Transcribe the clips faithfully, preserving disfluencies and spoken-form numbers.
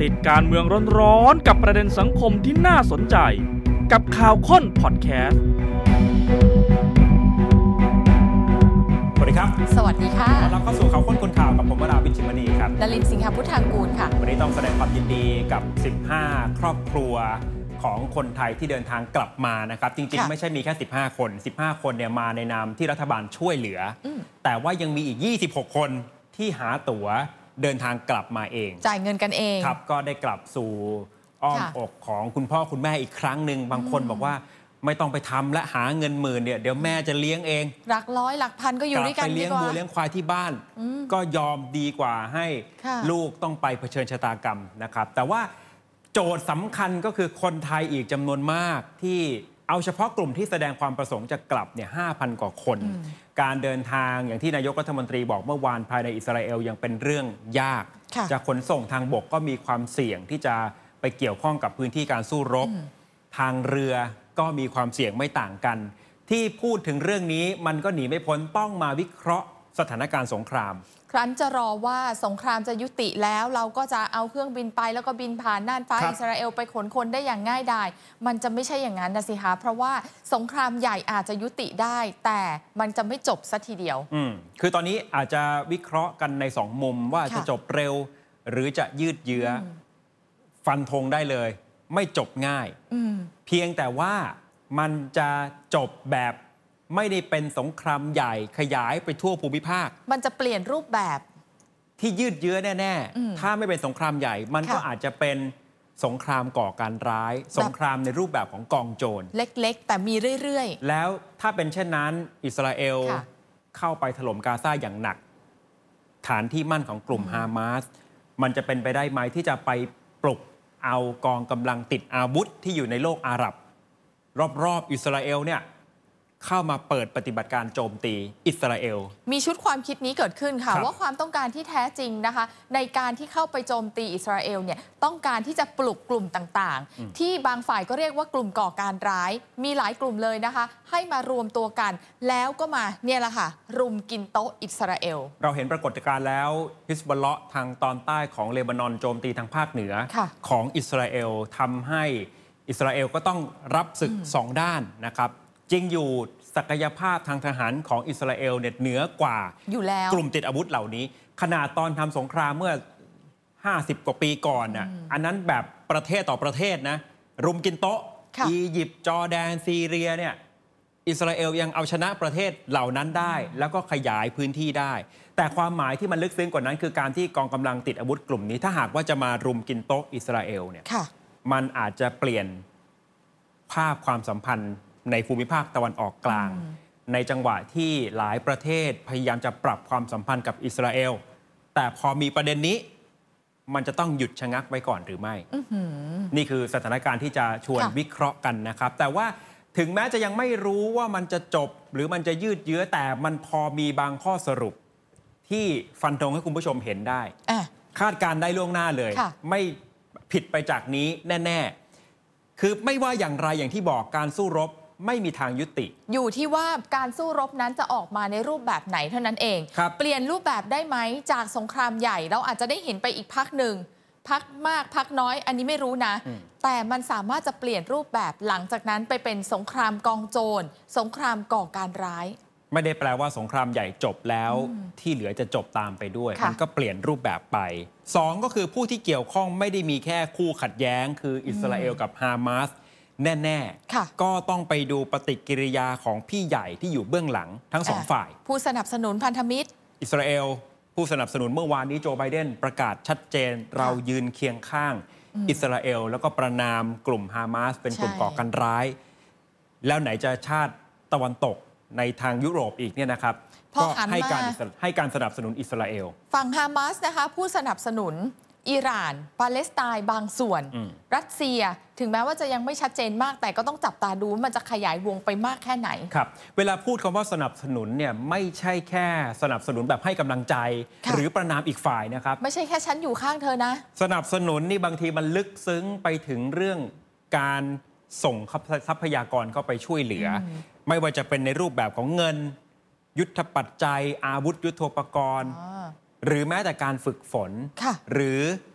ติดการเมืองร้อนๆกับประเด็นสังคมที่น่าสนใจกับข่าวค้นพอดแคสต์สวัสดีครับสวัสดีค่ะต้อนรับเข้าสู่ข่าวค้นคนข่าวกับผมวราวิชิมณีครับนลินทร์สิงหพุทธางกูลค่ะวันนี้ต้องแสดงความยินดีกับสิบห้าครอบครัวของคนไทยที่เดินทางกลับมานะครับจริงๆไม่ใช่มีแค่สิบห้าคนสิบห้าคนเนี่ยมาในนามที่รัฐบาลช่วยเหลือแต่ว่ายังมีอีกยี่สิบหกคนที่หาตั๋วเดินทางกลับมาเองจ่ายเงินกันเองครับก็ได้กลับสู่อ้อมอกของคุณพ่อคุณแม่อีกครั้งหนึ่งบางคนบอกว่าไม่ต้องไปทำและหาเงินหมื่นเนี่ยเดี๋ยวแม่จะเลี้ยงเองหลักร้อยหลักพันก็อยู่ด้วยกันดีกว่าไปเลี้ยงวัวเลี้ยงควายที่บ้านก็ยอมดีกว่าให้ลูกต้องไปเผชิญชะตากรรมนะครับแต่ว่าโจทย์สำคัญก็คือคนไทยอีกจำนวนมากที่เอาเฉพาะกลุ่มที่แสดงความประสงค์จะกลับเนี่ยห้าพันกว่าคนการเดินทางอย่างที่นายกรัฐมนตรีบอกเมื่อวานภายในอิสราเอลยังเป็นเรื่องยากจะขนส่งทางบกก็มีความเสี่ยงที่จะไปเกี่ยวข้องกับพื้นที่การสู้รบทางเรือก็มีความเสี่ยงไม่ต่างกันที่พูดถึงเรื่องนี้มันก็หนีไม่พ้นต้องมาวิเคราะห์สถานการณ์สงครามครั้นจะรอว่าสงครามจะยุติแล้วเราก็จะเอาเครื่องบินไปแล้วก็บินผ่านน่านฟ้าอิสราเอลไปขนคนได้อย่างง่ายดายมันจะไม่ใช่อย่างนั้นนะสิคะเพราะว่าสงครามใหญ่อาจจะยุติได้แต่มันจะไม่จบซะทีเดียวอืมคือตอนนี้อาจจะวิเคราะห์กันในสองมุมว่าจะจบเร็วหรือจะยืดเยื้อฟันธงได้เลยไม่จบง่ายเพียงแต่ว่ามันจะจบแบบไม่ได้เป็นสงครามใหญ่ขยายไปทั่วภูมิภาคมันจะเปลี่ยนรูปแบบที่ยืดเยื้อแน่ๆถ้าไม่เป็นสงครามใหญ่มันก็อาจจะเป็นสงครามก่อการร้ายสงครามในรูปแบบของกองโจรเล็กๆแต่มีเรื่อยๆแล้วถ้าเป็นเช่นนั้นอิสราเอลเข้าไปถล่มกาซาอย่างหนักฐานที่มั่นของกลุ่มฮามาสมันจะเป็นไปได้ไหมที่จะไปปลุกเอากองกำลังติดอาวุธที่อยู่ในโลกอาหรับรอบๆอิสราเอลเนี่ยเข้ามาเปิดปฏิบัติการโจมตีอิสราเอลมีชุดความคิดนี้เกิดขึ้นค่ะว่าความต้องการที่แท้จริงนะคะในการที่เข้าไปโจมตีอิสราเอลเนี่ยต้องการที่จะปลุกกลุ่มต่างๆที่บางฝ่ายก็เรียกว่ากลุ่มก่อการร้ายมีหลายกลุ่มเลยนะคะให้มารวมตัวกันแล้วก็มาเนี่ยแหละค่ะรุมกินโต๊ะอิสราเอลเราเห็นปรากฏการณ์แล้วฮิซบอลเลาะห์ทางตอนใต้ของเลบานอนโจมตีทางภาคเหนือของอิสราเอลทำให้อิสราเอลก็ต้องรับศึกสองด้านนะครับจริงอยู่ศักยภาพทางทหารของอิสราเอลเนี่ยเหนือกว่าอยู่แล้วกลุ่มติดอาวุธเหล่านี้ขนาดตอนทำสงครามเมื่อห้าสิบกว่าปีก่อนน่ะอันนั้นแบบประเทศต่อประเทศนะรุมกินโต๊ะอียิปต์จอร์แดนซีเรียเนี่ยอิสราเอลยังเอาชนะประเทศเหล่านั้นได้แล้วก็ขยายพื้นที่ได้แต่ความหมายที่มันลึกซึ้งกว่านั้นคือการที่กองกำลังติดอาวุธกลุ่มนี้ถ้าหากว่าจะมารุมกินโต๊ะอิสราเอลเนี่ยมันอาจจะเปลี่ยนภาพความสัมพันธ์ในภูมิภาคตะวันออกกลางในจังหวะที่หลายประเทศพยายามจะปรับความสัมพันธ์กับอิสราเอลแต่พอมีประเด็นนี้มันจะต้องหยุดชะงักไว้ก่อนหรือไม่นี่คือสถานการณ์ที่จะชวนวิเคราะห์กันนะครับแต่ว่าถึงแม้จะยังไม่รู้ว่ามันจะจบหรือมันจะยืดเยื้อแต่มันพอมีบางข้อสรุปที่ฟันธงให้คุณผู้ชมเห็นได้คาดการได้ล่วงหน้าเลยไม่ผิดไปจากนี้แน่ๆคือไม่ว่าอย่างไรอย่างที่บอกการสู้รบไม่มีทางยุติอยู่ที่ว่าการสู้รบนั้นจะออกมาในรูปแบบไหนเท่านั้นเองเปลี่ยนรูปแบบได้ไหมจากสงครามใหญ่เราอาจจะได้เห็นไปอีกพักหนึ่งพักมากพักน้อยอันนี้ไม่รู้นะแต่มันสามารถจะเปลี่ยนรูปแบบหลังจากนั้นไปเป็นสงครามกองโจรสงครามก่อการร้ายไม่ได้แปลว่าสงครามใหญ่จบแล้วที่เหลือจะจบตามไปด้วยมันก็เปลี่ยนรูปแบบไปสองก็คือผู้ที่เกี่ยวข้องไม่ได้มีแค่คู่ขัดแย้งคืออิสราเอลกับฮามาสแน่ๆก็ต้องไปดูปฏิกิริยาของพี่ใหญ่ที่อยู่เบื้องหลังทั้งสองฝ่ายผู้สนับสนุนพันธมิตรอิสราเอลผู้สนับสนุนเมื่อวานนี้โจไบเดนประกาศชัดเจนเรายืนเคียงข้างอิสราเอลแล้วก็ประนามกลุ่มฮามาสเป็นกลุ่มก่อการร้ายแล้วไหนจะชาติตะวันตกในทางยุโรปอีกเนี่ยนะครับก็ให้การให้การสนับสนุนอิสราเอลฝั่งฮามาสนะคะผู้สนับสนุนอิหร่านปาเลสไตน์บางส่วนรัสเซียถึงแม้ว่าจะยังไม่ชัดเจนมากแต่ก็ต้องจับตาดูมันจะขยายวงไปมากแค่ไหนครับเวลาพูดคำว่าสนับสนุนเนี่ยไม่ใช่แค่สนับสนุนแบบให้กำลังใจหรือประนามอีกฝ่ายนะครับไม่ใช่แค่ฉันอยู่ข้างเธอนะสนับสนุนนี่บางทีมันลึกซึ้งไปถึงเรื่องการส่งทรัพยากรเข้าไปช่วยเหลือไม่ว่าจะเป็นในรูปแบบของเงินยุทธปัจจัยอาวุธยุทโธปกรณ์หรือแม้แต่การฝึกฝนหรือ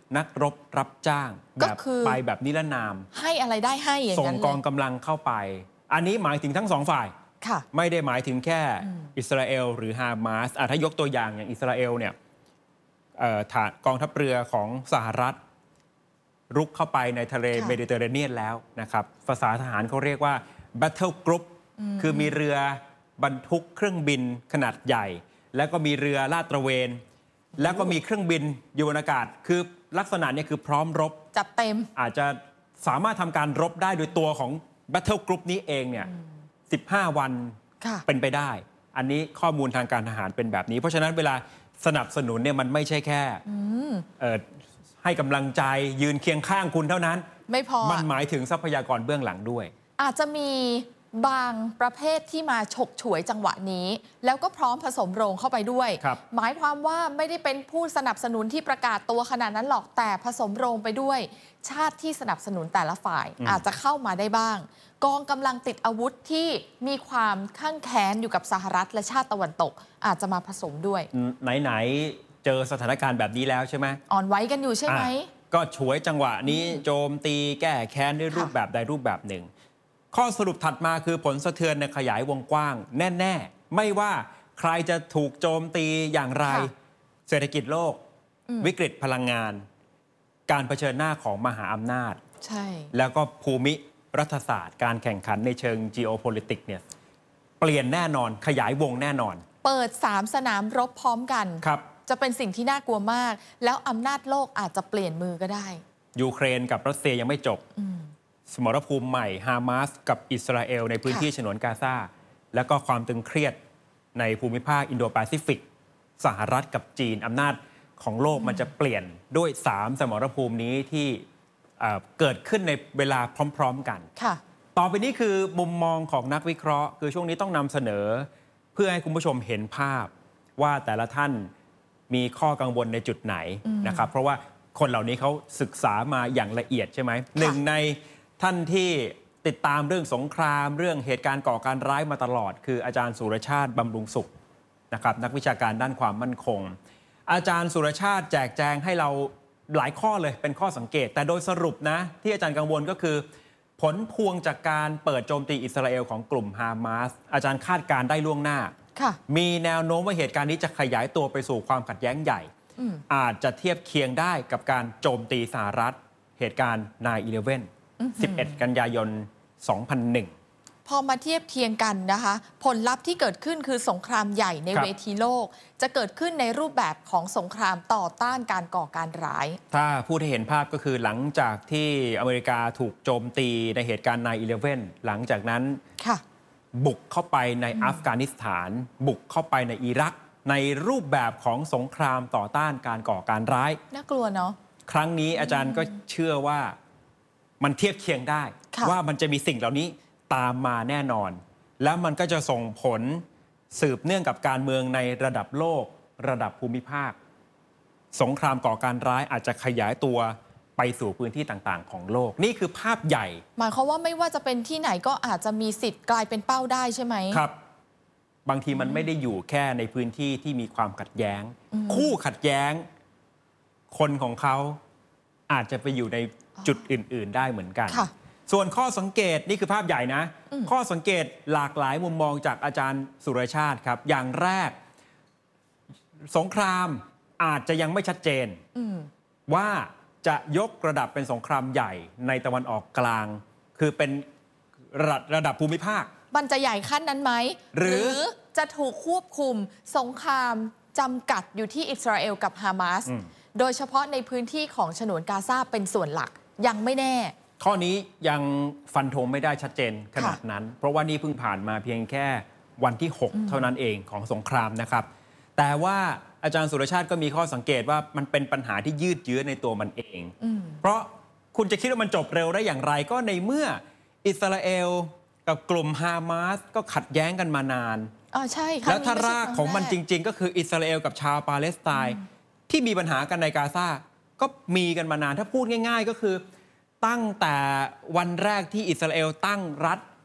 นักรบรับจ้างแบบไปแบบนิรนามให้อะไรได้ให้อย่างนั้นส่งกองกำลังเข้าไปอันนี้หมายถึงทั้งสองฝ่ายไม่ได้หมายถึงแค่อิสราเอลหรือฮามาสถ้ายกตัวอย่างอย่างอิสราเอลเนี่ยกองทัพเรือของสหรัฐรุกเข้าไปในทะเลเมดิเตอร์เรเนียนแล้วนะครับภาษาทหารเขาเรียกว่า Battle Group คือมีเรือบรรทุกเครื่องบินขนาดใหญ่แล้วก็มีเรือลาดตระเวนแล้วก็มีเครื่องบินอยู่บนอากาศคือลักษณะนี้คือพร้อมรบจัดเต็มอาจจะสามารถทำการรบได้โดยตัวของ Battle Group นี้เองเนี่ยสิบห้าวันเป็นไปได้อันนี้ข้อมูลทางการทหารเป็นแบบนี้เพราะฉะนั้นเวลาสนับสนุนเนี่ยมันไม่ใช่แค่ให้กำลังใจยืนเคียงข้างคุณเท่านั้นไม่พอมันหมายถึงทรัพยากรเบื้องหลังด้วยอาจจะมีบางประเภทที่มาฉกฉวยจังหวะนี้แล้วก็พร้อมผสมโรงเข้าไปด้วยหมายความว่าไม่ได้เป็นผู้สนับสนุนที่ประกาศตัวขนาดนั้นหรอกแต่ผสมโรงไปด้วยชาติที่สนับสนุนแต่ละฝ่าย อ, อาจจะเข้ามาได้บ้างกองกำลังติดอาวุธที่มีความข้างแค้นอยู่กับสหรัฐและชาติตะวันตกอาจจะมาผสมด้วยไหนๆเจอสถานการณ์แบบนี้แล้วใช่ไหมอ่อนไหวกันอยู่ใช่ไหมก็ฉวยจังหวะนี้โจมตีแก้แค้นด้วยรูปแบบใดรูปแบบหนึ่งข้อสรุปถัดมาคือผลสะเทือนในขยายวงกว้างแน่ๆไม่ว่าใครจะถูกโจมตีอย่างไรเศรษฐกิจโลกวิกฤตพลังงานการเผชิญหน้าของมหาอำนาจใช่แล้วก็ภูมิรัฐศาสตร์การแข่งขันในเชิง geopolitics เนี่ยเปลี่ยนแน่นอนขยายวงแน่นอนเปิดสามสนามรบพร้อมกันครับจะเป็นสิ่งที่น่ากลัวมากแล้วอำนาจโลกอาจจะเปลี่ยนมือก็ได้ยูเครนกับรัสเซียยังไม่จบสมรภูมิใหม่ฮามาสกับอิสราเอลในพื้นที่ฉนวนกาซาแล้วก็ความตึงเครียดในภูมิภาคอินโดแปซิฟิกสหรัฐกับจีนอำนาจของโลกมันจะเปลี่ยนด้วยสามสมรภูมินี้ที่เกิดขึ้นในเวลาพร้อมๆกันต่อไปนี้คือมุมมองของนักวิเคราะห์คือช่วงนี้ต้องนำเสนอเพื่อให้คุณผู้ชมเห็นภาพว่าแต่ละท่านมีข้อกังวลในจุดไหนนะครับเพราะว่าคนเหล่านี้เขาศึกษามาอย่างละเอียดใช่ไหมหนึ่งในท่านที่ติดตามเรื่องสงครามเรื่องเหตุการณ์ก่อการร้ายมาตลอดคืออาจารย์สุรชาติบำรุงสุขนะครับนักวิชาการด้านความมั่นคงอาจารย์สุรชาติแจกแจงให้เราหลายข้อเลยเป็นข้อสังเกตแต่โดยสรุปนะที่อาจารย์กังวลก็คือผลพวงจากการเปิดโจมตีอิสราเอลของกลุ่มฮามาสอาจารย์คาดการได้ล่วงหน้ามีแนวโน้มว่าเหตุการณ์นี้จะขยายตัวไปสู่ความขัดแย้งใหญ่อาจจะเทียบเคียงได้กับการโจมตีสหรัฐเหตุการณ์ ไนน์ อีเลฟเว่น สิบเอ็ด กันยายน สองพันหนึ่งพอมาเทียบเคียงกันนะคะผลลัพธ์ที่เกิดขึ้นคือสงครามใหญ่ในเวทีโลกจะเกิดขึ้นในรูปแบบของสงครามต่อต้านการก่อการร้ายถ้าพูดให้เห็นภาพก็คือหลังจากที่อเมริกาถูกโจมตีในเหตุการณ์ ไนน์ อีเลฟเว่น หลังจากนั้นบุกเข้าไปในอัฟกานิสถานบุกเข้าไปในอิรักในรูปแบบของสงครามต่อต้านการก่อการร้ายน่ากลัวเนาะครั้งนี้อาจารย์ก็เชื่อว่ามันเทียบเคียงได้ว่ามันจะมีสิ่งเหล่านี้ตามมาแน่นอนแล้วมันก็จะส่งผลสืบเนื่องกับการเมืองในระดับโลกระดับภูมิภาคสงครามก่อการร้ายอาจจะขยายตัวไปสู่พื้นที่ต่างๆของโลกนี่คือภาพใหญ่หมายความว่าไม่ว่าจะเป็นที่ไหนก็อาจจะมีสิทธิ์กลายเป็นเป้าได้ใช่ไหมครับบางทีมันไม่ได้อยู่แค่ในพื้นที่ที่มีความขัดแย้งคู่ขัดแย้งคนของเขาอาจจะไปอยู่ในจุดอื่นๆได้เหมือนกันส่วนข้อสังเกตนี่คือภาพใหญ่นะข้อสังเกตหลากหลายมุมมองจากอาจารย์สุรชาติครับอย่างแรกสงครามอาจจะยังไม่ชัดเจนว่าจะยกระดับเป็นสงครามใหญ่ในตะวันออกกลางคือเป็นระดับระดับภูมิภาคมันจะใหญ่ขั้นนั้นไหมหรือจะถูกควบคุมสงครามจำกัดอยู่ที่อิสราเอลกับฮามาสโดยเฉพาะในพื้นที่ของฉนวนกาซาเป็นส่วนหลักยังไม่แน่ข้อนี้ยังฟันธงไม่ได้ชัดเจนขนาดนั้นเพราะว่านี่เพิ่งผ่านมาเพียงแค่วันที่หกเท่านั้นเองของสงครามนะครับแต่ว่าอาจารย์สุรชาติก็มีข้อสังเกตว่ามันเป็นปัญหาที่ยืดเยื้อในตัวมันเองเพราะคุณจะคิดว่ามันจบเร็วได้อย่างไรก็ในเมื่ออิสราเอลกับกลุ่มฮามาสก็ขัดแย้งกันมานานอ๋อใช่แล้วถ้ารากของมันจริงๆก็คืออิสราเอลกับชาวปาเลสไตน์ที่มีปัญหากันในกาซาก็มีกันมานานถ้าพูดง่ายๆก็คือตั้งแต่วันแรกที่อิสราเอลตั้งรัฐ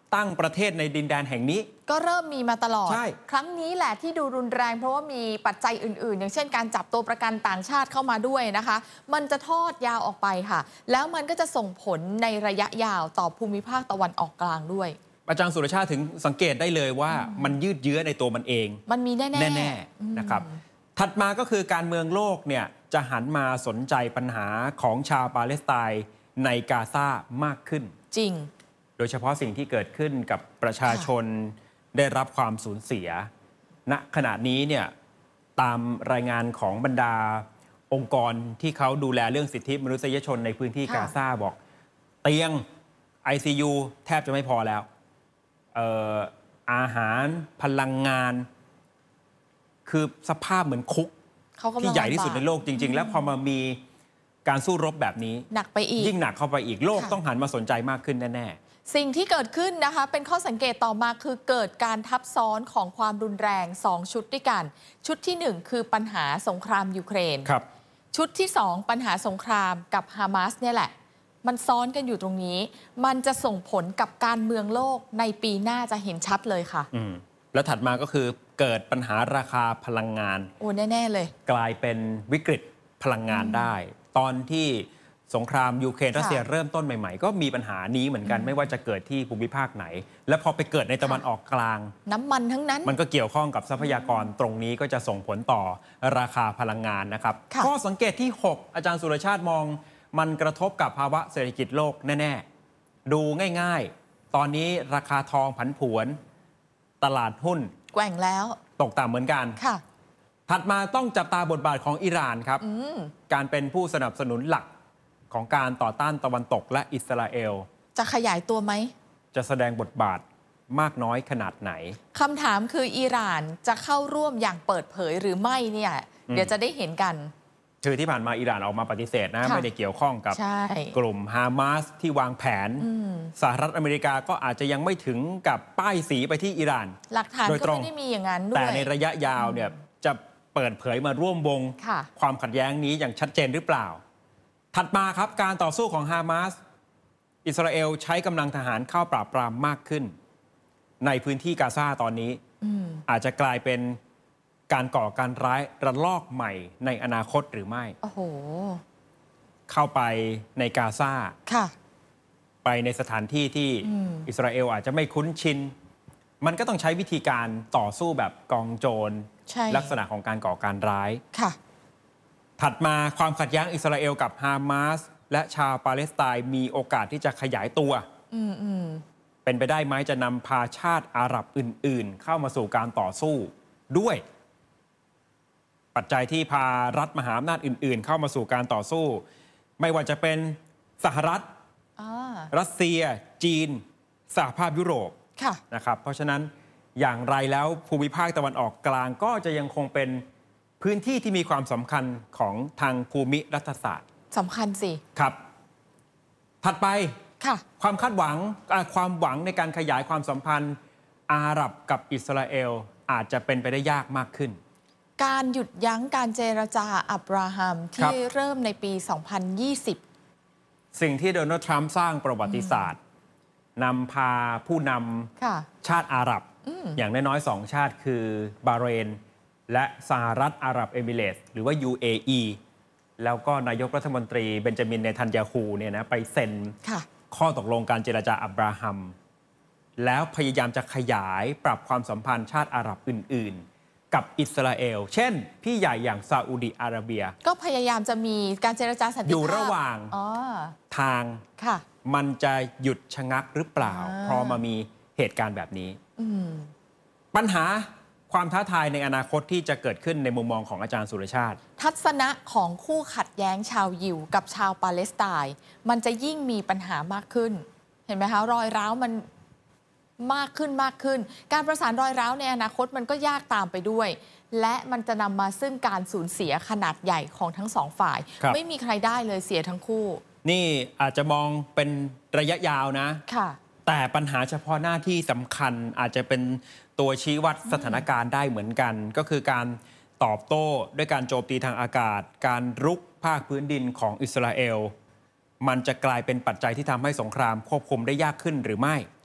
ตั้งประเทศในดินแดนแห่งนี้ก็เริ่มมีมาตลอดใช่ครั้งนี้แหละที่ดูรุนแรงเพราะว่ามีปัจจัยอื่นๆ อย่างเช่นการจับตัวประกันต่างชาติเข้ามาด้วยนะคะ มันจะทอดยาวออกไปค่ะ แล้วมันก็จะส่งผลในระยะยาวต่อภูมิภาคตะวันออกกลางด้วยอาจารย์สุรชาติถึงสังเกตได้เลยว่ามันยืดเยื้อในตัวมันเองมันมีแน่ๆแน่ๆนะครับถัดมาก็คือการเมืองโลกเนี่ยจะหันมาสนใจปัญหาของชาวปาเลสไตน์ในกาซามากขึ้นจริงโดยเฉพาะสิ่งที่เกิดขึ้นกับประชาชนได้รับความสูญเสียณขณะนี้เนี่ยตามรายงานของบรรดาองค์กรที่เขาดูแลเรื่องสิทธิมนุษยชนในพื้นที่กาซาบอกเตียง ไอ ซี ยู แทบจะไม่พอแล้วเอ่ออาหารพลังงานคือสภาพเหมือนคุกที่ใหญ่ที่สุดในโลกจริงๆแล้วพอมามีการสู้รบแบบนี้หนักไปอีกยิ่งหนักเข้าไปอีกโลกต้องหันมาสนใจมากขึ้นแน่ๆสิ่งที่เกิดขึ้นนะคะเป็นข้อสังเกตต่อมาคือเกิดการทับซ้อนของความรุนแรงสองชุดด้วยกันชุดที่หนึ่งคือปัญหาสงครามยูเครนครับชุดที่สองปัญหาสงครามกับฮามาสเนี่ยแหละมันซ้อนกันอยู่ตรงนี้มันจะส่งผลกับการเมืองโลกในปีหน้าจะเห็นชัดเลยค่ะอืมแล้วถัดมาก็คือเกิดปัญหาราคาพลังงานโอ้แน่ๆเลยกลายเป็นวิกฤตพลังงานได้ตอนที่สงครามยูเครนรัสเซียเริ่มต้นใหม่ๆก็มีปัญหานี้เหมือนกันไม่ว่าจะเกิดที่ภูมิภาคไหนและพอไปเกิดในตะวันออกกลางน้ำมันทั้งนั้นมันก็เกี่ยวข้องกับทรัพยากรตรงนี้ก็จะส่งผลต่อราคาพลังงานนะครับข้อสังเกตที่หกอาจารย์สุรชาติมองมันกระทบกับภาวะเศรษฐกิจโลกแน่ๆดูง่ายๆตอนนี้ราคาทองผันผวนตลาดหุ้นแกว่งแล้วตกต่ำเหมือนกันค่ะถัดมาต้องจับตาบทบาทของอิหร่านครับการเป็นผู้สนับสนุนหลักของการต่อต้านตะวันตกและอิสราเอลจะขยายตัวไหมจะแสดงบทบาทมากน้อยขนาดไหนคำถามคืออิหร่านจะเข้าร่วมอย่างเปิดเผยหรือไม่เนี่ยเดี๋ยวจะได้เห็นกันคือที่ผ่านมาอิหร่านออกมาปฏิเสธนะไม่ได้เกี่ยวข้องกับกลุ่มฮามาสที่วางแผนสหรัฐอเมริกาก็อาจจะยังไม่ถึงกับป้ายสีไปที่อิหร่านหลักฐานก็ไม่ได้มีอย่างนั้นด้วยแต่ในระยะยาวเนี่ยจะเปิดเผยมาร่วมวงความขัดแย้งนี้อย่างชัดเจนหรือเปล่าถัดมาครับการต่อสู้ของฮามาสอิสราเอลใช้กำลังทหารเข้าปราบปรามมากขึ้นในพื้นที่กาซาตอนนี้อาจจะกลายเป็นการก่อการร้ายระลอกใหม่ในอนาคตหรือไม่โอ้โหเข้าไปในกาซาค่ะไปในสถานที่ที่อิสราเอลอาจจะไม่คุ้นชินมันก็ต้องใช้วิธีการต่อสู้แบบกองโจรลักษณะของการก่อการร้ายค่ะถัดมาความขัดแย้งอิสราเอลกับฮามาสและชาวปาเลสไตน์มีโอกาสที่จะขยายตัวเป็นไปได้ไหมจะนำพาชาติอาหรับอื่นๆเข้ามาสู่การต่อสู้ด้วยปัจจัยที่พารัฐมหาอำนาจอื่นๆเข้ามาสู่การต่อสู้ไม่ว่าจะเป็นสหรัฐรัสเซียจีนสหภาพยุโรปนะครับเพราะฉะนั้นอย่างไรแล้วภูมิภาคตะวันออกกลางก็จะยังคงเป็นพื้นที่ที่มีความสำคัญของทางภูมิรัฐศาสตร์สำคัญสิครับถัดไปค่ะความคาดหวังความหวังในการขยายความสัมพันธ์อาหรับกับอิสราเอลอาจจะเป็นไปได้ยากมากขึ้นการหยุดยั้งการเจรจาอับราฮัมที่เริ่มในปี สองพันยี่สิบสิ่งที่โดนัลด์ทรัมป์สร้างประวัติศาสตร์นำพาผู้นำชาติอาหรับอย่างน้อยๆสองชาติคือบาห์เรนและสหรัฐอาหรับเอมิเรตส์หรือว่า ยู เอ อี แล้วก็นายกรัฐมนตรีเบนจามินเนทันยาฮูเนี่ยนะไปเซ็นข้อตกลงการเจรจาอับราฮัมแล้วพยายามจะขยายปรับความสัมพันธ์ชาติอาหรับอื่นๆกับอิสราเอลเช่นพี่ใหญ่อย่างซาอุดิอาระเบียก็พยายามจะมีการเจรจาสันติภาพอยู่ระหว่างทางมันจะหยุดชะงักหรือเปล่าเพราะมามีเหตุการณ์แบบนี้ปัญหาความท้าทายในอนาคตที่จะเกิดขึ้นในมุมมองของอาจารย์สุรชาติทัศนะของคู่ขัดแย้งชาวยิวกับชาวปาเลสไตน์มันจะยิ่งมีปัญหามากขึ้นเห็นไหมคะรอยร้าวมันมากขึ้นมากขึ้นการประสานรอยร้าวในอนาคตมันก็ยากตามไปด้วยและมันจะนำมาซึ่งการสูญเสียขนาดใหญ่ของทั้งสองฝ่ายไม่มีใครได้เลยเสียทั้งคู่นี่อาจจะมองเป็นระยะยาวนะค่ะแต่ปัญหาเฉพาะหน้าที่สำคัญอาจจะเป็นตัวชี้วัดสถานการณ์ได้เหมือนกันก็คือการตอบโต้ด้วยการโจมตีทางอากาศการรุกภาคพื้นดินของอิสราเอลมันจะกลายเป็นปัจจัยที่ทำให้สงครามควบคุมได้ยากขึ้นหรือไม่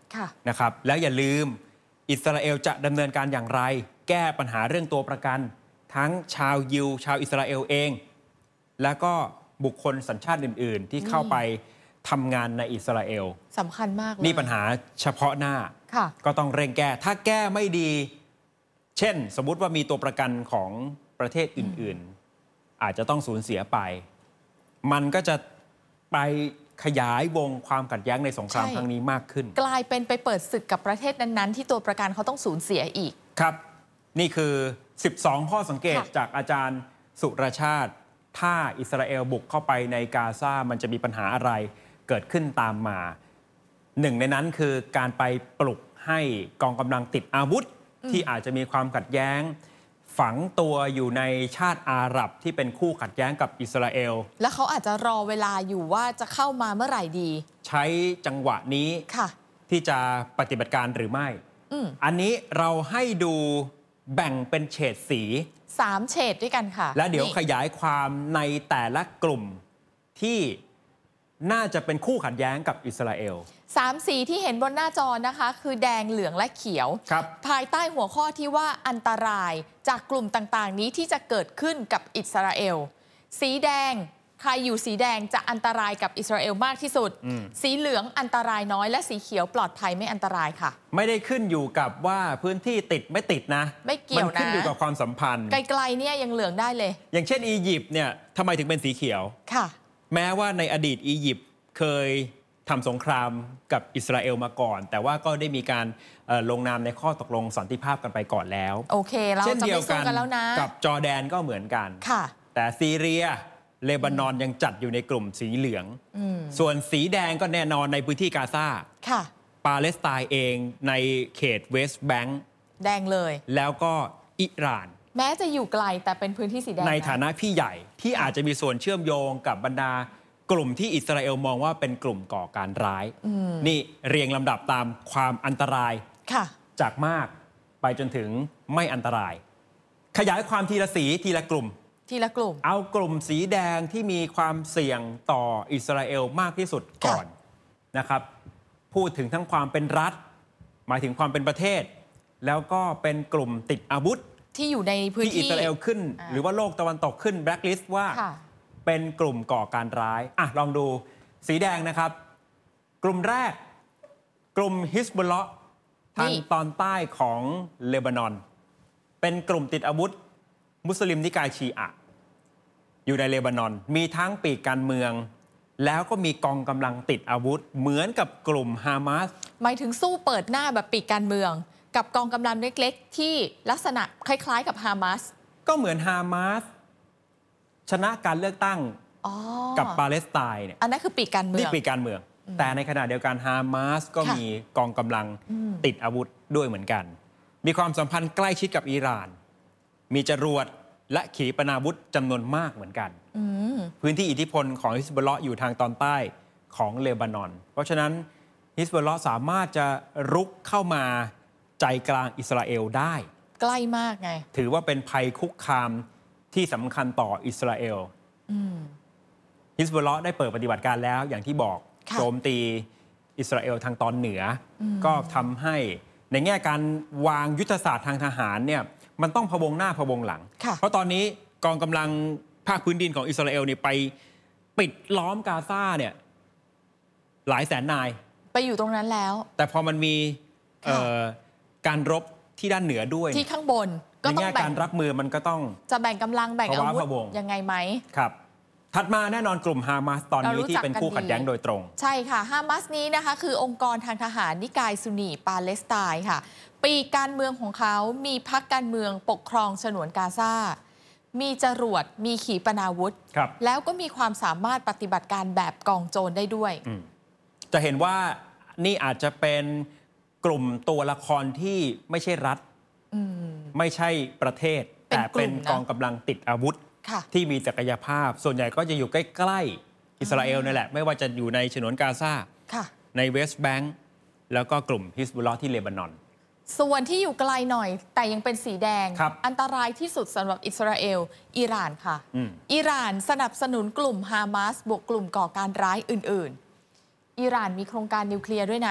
นะครับแล้วอย่าลืมอิสราเอลจะดำเนินการอย่างไรแก้ปัญหาเรื่องตัวประกันทั้งชาวยิวชาวอิสราเอลเองแล้วก็บุคคลสัญชาติอื่นๆ ที่เข้าไปทำงานในอิสราเอลสำคัญมากเลยนี่ปัญหาเฉพาะหน้าก็ต้องเร่งแก้ถ้าแก้ไม่ดีเช่นสมมุติว่ามีตัวประกันของประเทศอื่นๆอาจจะต้องสูญเสียไปมันก็จะไปขยายวงความขัดแย้งในสงครามครั้งนี้มากขึ้นกลายเป็นไปเปิดศึกกับประเทศนั้นๆที่ตัวประกันเขาต้องสูญเสียอีกครับนี่คือสิบสองข้อสังเกตจากอาจารย์สุรชาติถ้าอิสราเอลบุกเข้าไปในกาซามันจะมีปัญหาอะไรเกิดขึ้นตามมาหนึ่งในนั้นคือการไปปลุกให้กองกำลังติดอาวุธที่อาจจะมีความขัดแย้งฝังตัวอยู่ในชาติอาหรับที่เป็นคู่ขัดแย้งกับอิสราเอลแล้วเขาอาจจะรอเวลาอยู่ว่าจะเข้ามาเมื่อไหร่ดีใช้จังหวะนี้ที่จะปฏิบัติการหรือไม่ ออันนี้เราให้ดูแบ่งเป็นเฉดสีสามเฉดด้วยกันค่ะและเดี๋ยวขยายความในแต่ละกลุ่มที่น่าจะเป็นคู่ขัดแย้งกับอิสราเอลสามสีที่เห็นบนหน้าจอนะคะคือแดงเหลืองและเขียวภายใต้หัวข้อที่ว่าอันตรายจากกลุ่มต่างๆนี้ที่จะเกิดขึ้นกับอิสราเอลสีแดงใครอยู่สีแดงจะอันตรายกับอิสราเอลมากที่สุดสีเหลืองอันตรายน้อยและสีเขียวปลอดภัยไม่อันตรายค่ะไม่ได้ขึ้นอยู่กับว่าพื้นที่ติดไม่ติดนะไม่เกี่ยวนะมันขึ้นอยู่กับความสัมพันธ์ไกลๆเนี่ยยังเหลืองได้เลยอย่างเช่นอียิปต์เนี่ยทำไมถึงเป็นสีเขียวค่ะแม้ว่าในอดีตอียิปต์เคยทำสงครามกับอิสราเอลมาก่อนแต่ว่าก็ได้มีการลงนามในข้อตกลงสันติภาพกันไปก่อนแล้วโอเคเราจะไม่สู้กันแล้วนะกับจอร์แดนก็เหมือนกันค่ะแต่ซีเรียเลบานอนยังจัดอยู่ในกลุ่มสีเหลืองส่วนสีแดงก็แน่นอนในพื้นที่กาซาค่ะปาเลสไตน์เองในเขตเวสต์แบงค์แดงเลยแล้วก็อิหร่านแม้จะอยู่ไกลแต่เป็นพื้นที่สีแดงในฐานะพี่ใหญ่ที่อาจจะมีส่วนเชื่อมโยงกับบรรดากลุ่มที่อิสราเอลมองว่าเป็นกลุ่มก่อการร้ายนี่เรียงลำดับตามความอันตรายจากมากไปจนถึงไม่อันตรายขยายความทีละสีทีละกลุ่มทีละกลุ่มเอากลุ่มสีแดงที่มีความเสี่ยงต่ออิสราเอลมากที่สุดก่อนนะครับพูดถึงทั้งความเป็นรัฐหมายถึงความเป็นประเทศแล้วก็เป็นกลุ่มติดอาวุธที่อยู่ในพื้นที่ที่อิสราเอลขึ้นหรือว่าโลกตะวันตกขึ้นแบล็คลิสต์ว่าเป็นกลุ่มก่อการร้ายอ่ะลองดูสีแดงนะครับกลุ่มแรกกลุ่มฮิสบุลเลาะห์ทางตอนใต้ของเลบานอนเป็นกลุ่มติดอาวุธมุสลิมนิกายชีอะห์อยู่ในเลบานอนมีทั้งปีกการเมืองแล้วก็มีกองกำลังติดอาวุธเหมือนกับกลุ่มฮามาสหมายถึงสู้เปิดหน้าแบบปีกการเมืองกับกองกำลังเล็กๆที่ลักษณะคล้ายๆกับฮามาสก็เหมือนฮามาสชนะการเลือกตั้งกับปาเลสไตน์เนี่ยอันนั้นคือปีกการเมืองนี่ปีกการเมืองแต่ในขณะเดียวกันฮามาสก็มีกองกำลังติดอาวุธด้วยเหมือนกันมีความสัมพันธ์ใกล้ชิดกับอิหร่านมีจรวดและขีปนาวุธจำนวนมากเหมือนกันพื้นที่อิทธิพลของฮิสบุลเลาะห์อยู่ทางตอนใต้ของเลบานอนเพราะฉะนั้นฮิสบุลเลาะห์สามารถจะรุกเข้ามาใจกลางอิสราเอลได้ใกล้มากไงถือว่าเป็นภัยคุกคามที่สำคัญต่ออิสราเอลฮิสบุลเลาะห์ได้เปิดปฏิบัติการแล้วอย่างที่บอกโจมตีอิสราเอลทางตอนเหนือก็ทำให้ในแง่การวางยุทธศาสตร์ทางทหารเนี่ยมันต้องพะวงหน้าพะวงหลังเพราะตอนนี้กองกำลังภาคพื้นดินของอิสราเอลเนี่ยไปปิดล้อมกาซาเนี่ยหลายแสนนายไปอยู่ตรงนั้นแล้วแต่พอมันมีการรบที่ด้านเหนือด้วยที่ข้างบนก็ต้องแบ่งการรับมือมันก็ต้องจะแบ่งกำลังแบ่งอาวุธยังไงไหมครับถัดมาแน่นอนกลุ่มฮามาสตอนนี้ที่เป็นคู่ขัดแย้งโดยตรงใช่ค่ะฮามาสนี้นะคะคือองค์กรทางทหารนิกายซุนนีปาเลสไตน์ค่ะปีการเมืองของเขามีพรรคการเมืองปกครองฉนวนกาซามีจรวดมีขีปนาวุธแล้วก็มีความสามารถปฏิบัติการแบบกองโจรได้ด้วยจะเห็นว่านี่อาจจะเป็นกลุ่มตัวละครที่ไม่ใช่รัฐไม่ใช่ประเทศแต่เป็นกองกำลังติดอาวุธที่มีศักยภาพส่วนใหญ่ก็จะอยู่ใกล้ๆอิสราเอลนี่แหละไม่ว่าจะอยู่ในฉนวนกาซาในเวสต์แบงค์แล้วก็กลุ่มฮิสบุลเลาะห์ที่เลบานอนส่วนที่อยู่ไกลหน่อยแต่ยังเป็นสีแดงอันตรายที่สุดสำหรับอิสราเอลอิหร่านค่ะอิหร่านสนับสนุนกลุ่มฮามาสบวกกลุ่มก่อการร้ายอื่นๆอิหร่านมีโครงการนิวเคลียร์ด้วยนะ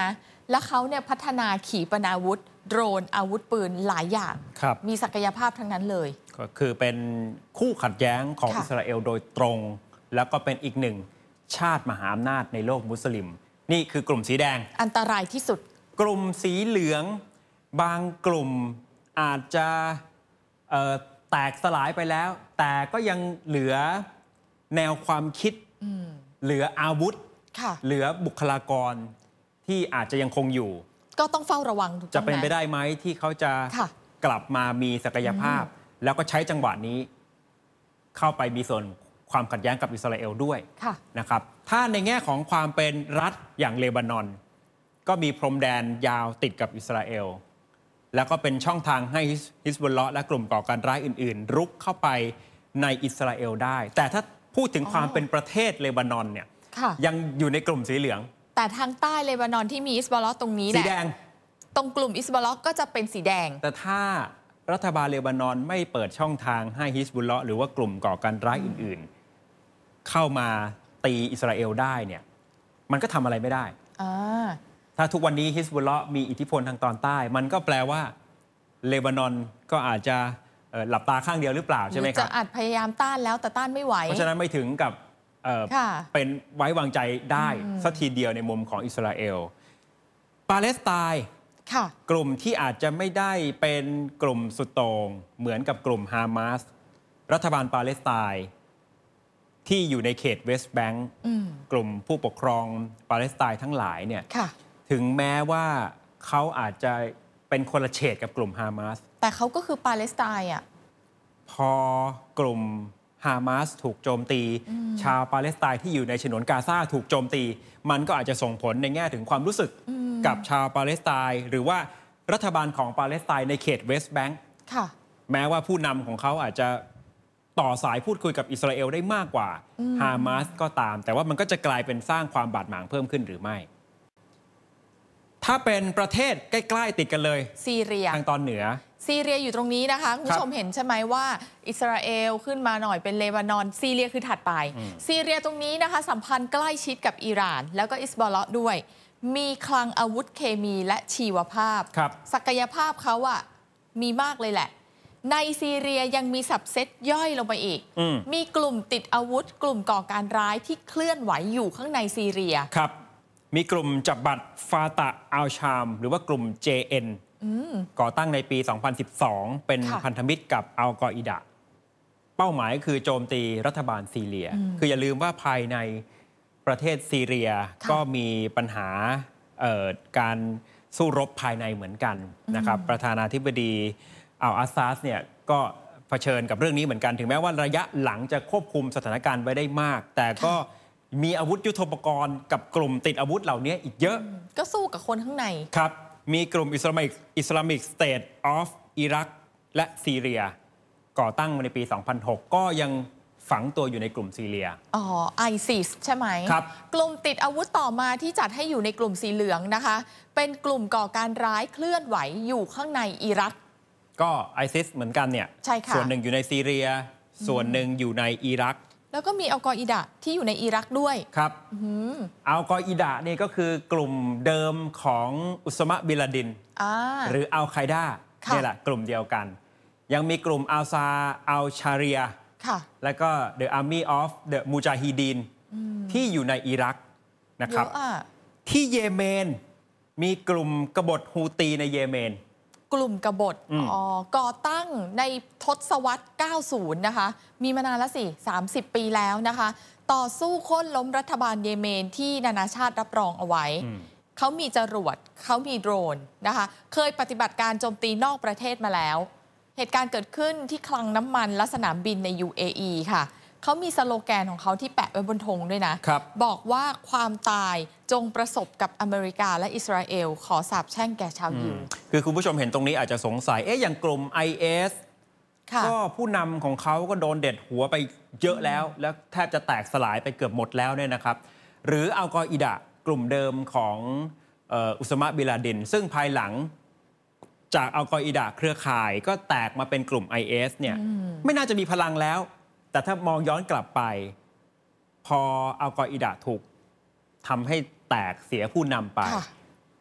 และเขาเนี่ยพัฒนาขีปนาวุธโดรนอาวุธปืนหลายอย่างมีศักยภาพทั้งนั้นเลยก็คือเป็นคู่ขัดแย้งของอิสราเอลโดยตรงแล้วก็เป็นอีกหนึ่งชาติมหาอำนาจในโลกมุสลิมนี่คือกลุ่มสีแดงอันตรายที่สุดกลุ่มสีเหลืองบางกลุ่มอาจจะแตกสลายไปแล้วแต่ก็ยังเหลือแนวความคิดเหลืออาวุธเหลือบุคลากรที่อาจจะยังคงอยู่ก็ต้องเฝ้าระวังจะเป็นไปได้ไหมที่เขาจะกลับมามีศักยภาพแล้วก็ใช้จังหวะนี้เข้าไปมีส่วนความขัดแย้งกับอิสราเอลด้วยนะครับถ้าในแง่ของความเป็นรัฐอย่างเลบานอนก็มีพรมแดนยาวติดกับอิสราเอลแล้วก็เป็นช่องทางให้ฮิซบุลลอฮ์และกลุ่มก่อการร้ายอื่นๆรุกเข้าไปในอิสราเอลได้แต่ถ้าพูดถึงความเป็นประเทศเลบานอนเนี่ยยังอยู่ในกลุ่มสีเหลืองแต่ทางใต้เลบานอนที่มีฮิซบุลลอฮ์ตรงนี้แหละสีแดงตรงกลุ่มฮิซบุลลอฮ์ก็จะเป็นสีแดงแต่ถ้ารัฐบาลเลบานอนไม่เปิดช่องทางให้ฮิซบุลลอฮ์หรือว่ากลุ่มก่อการร้ายอื่นๆเข้ามาตีอิสราเอลได้เนี่ยมันก็ทำอะไรไม่ได้ถ้าทุกวันนี้ฮิซบุลลอฮ์มีอิทธิพลทางตอนใต้มันก็แปลว่าเลบานอนก็อาจจะหลับตาข้างเดียวหรือเปล่าใช่ไหมครับจะอาจพยายามต้านแล้วแต่ต้านไม่ไหวเพราะฉะนั้นไม่ถึงกับเป็นไว้วางใจได้สักทีเดียวในมุมของอิสราเอลปาเลสไตน์กลุ่มที่อาจจะไม่ได้เป็นกลุ่มสุดโต่งเหมือนกับกลุ่มฮามาสรัฐบาลปาเลสไตน์ที่อยู่ในเขตเวสต์แบงก์กลุ่มผู้ปกครองปาเลสไตน์ทั้งหลายเนี่ยถึงแม้ว่าเขาอาจจะเป็นคนละเฉดกับกลุ่มฮามาสแต่เขาก็คือปาเลสไตน์อ่ะพอกลุ่มฮามาสถูกโจมตีชาวปาเลสไตน์ที่อยู่ในฉนวนกาซาถูกโจมตีมันก็อาจจะส่งผลในแง่ถึงความรู้สึกกับชาวปาเลสไตน์หรือว่ารัฐบาลของปาเลสไตน์ในเขตเวสต์แบงก์แม้ว่าผู้นำของเขาอาจจะต่อสายพูดคุยกับอิสราเอลได้มากกว่าฮามาสก็ตามแต่ว่ามันก็จะกลายเป็นสร้างความบาดหมางเพิ่มขึ้นหรือไม่ถ้าเป็นประเทศใกล้ๆติดกันเลยซีเรียทางตอนเหนือซีเรียอยู่ตรงนี้นะคะคุณผู้ชมเห็นใช่ไหมว่าอิสราเอลขึ้นมาหน่อยเป็นเลบานอนซีเรียคือถัดไปซีเรียตรงนี้นะคะสัมพันธ์ใกล้ชิดกับอิหร่านแล้วก็อิสบอลล์ด้วยมีคลังอาวุธเคมีและชีวภาพศักยภาพเขาอะมีมากเลยแหละในซีเรียยังมีสับเซตย่อยลงไปอีกมีกลุ่มติดอาวุธกลุ่มก่อการร้ายที่เคลื่อนไหวอยู่ข้างในซีเรียครับมีกลุ่มจับบัตรฟาตะอัลชามหรือว่ากลุ่ม เจ เอ็น ก่อตั้งในปี สองพันสิบสอง เป็นพันธมิตรกับอัลกออิดะเป้าหมายคือโจมตีรัฐบาลซีเรียคืออย่าลืมว่าภายในประเทศซีเรียก็มีปัญหาการสู้รบภายในเหมือนกันนะครับประธานาธิบดีอัลอาซาดเนี่ยก็เผชิญกับเรื่องนี้เหมือนกันถึงแม้ว่าระยะหลังจะควบคุมสถานการณ์ไว้ได้มากแต่ก็มีอาวุธยุทโธปกรณ์กับกลุ่มติดอาวุธเหล่านี้อีกเยอะก็สู้กับคนข้างในครับมีกลุ่มอิสลามิกอิสลามิกสเตทออฟอิรักและซีเรียก่อตั้งมาในปี สองพันหก ก็ยังฝังตัวอยู่ในกลุ่มซีเรียอ๋อไอซิสใช่ไหมครับกลุ่มติดอาวุธต่อมาที่จัดให้อยู่ในกลุ่มสีเหลืองนะคะเป็นกลุ่มก่อการร้ายเคลื่อนไหวอยู่ข้างในอิรักก็ไอซิสเหมือนกันเนี่ยใช่ค่ะส่วนหนึ่งอยู่ในซีเรียส่วนหนึ่งอยู่ในอิรักแล้วก็มีอัลกออิดะที่อยู่ในอิรักด้วยครับอัลกออิดะนี่ก็คือกลุ่มเดิมของอุสมะบินลาดินหรืออัลไคดาเนี่ยแหละกลุ่มเดียวกันยังมีกลุ่มอัลซาอัลชาเรียแล้วก็ The Army of the Mujahideen ที่อยู่ในอิรักนะครับที่เยเมนมีกลุ่มกบฏฮูตีในเยเมนกลุ่มกบฏอ๋อก่อตั้งในทศวรรษ เก้าสิบ นะคะมีมานานแล้วสิสามสิบ ปีแล้วนะคะต่อสู้โค่นล้มรัฐบาลเยเมนที่นานาชาติรับรองเอาไว้เขามีจรวดเขามีโดรนนะคะเคยปฏิบัติการโจมตีนอกประเทศมาแล้วเหตุการณ์เกิดขึ้นที่คลังน้ำมันและสนามบินใน ยู เอ อี ค่ะเขามีสโลแกนของเขาที่แปะไว้บนธงด้วยนะบอกว่าความตายจงประสบกับอเมริกาและอิสราเอลขอสาปแช่งแก่ชาวยิวคือคุณผู้ชมเห็นตรงนี้อาจจะสงสัยเอ๊ะอย่างกลุ่ม ไอ เอส ก็ผู้นำของเขาก็โดนเด็ดหัวไปเยอะแล้วแล้วแทบจะแตกสลายไปเกือบหมดแล้วเนี่ยนะครับหรืออัลกออิดะกลุ่มเดิมของอุสมะบินลาดินซึ่งภายหลังจากอัลกออิดะเครือข่ายก็แตกมาเป็นกลุ่ม ไอ เอส เนี่ยไม่น่าจะมีพลังแล้วแต่ถ้ามองย้อนกลับไปพออัลกออิดะถูกทำให้แตกเสียผู้นำไป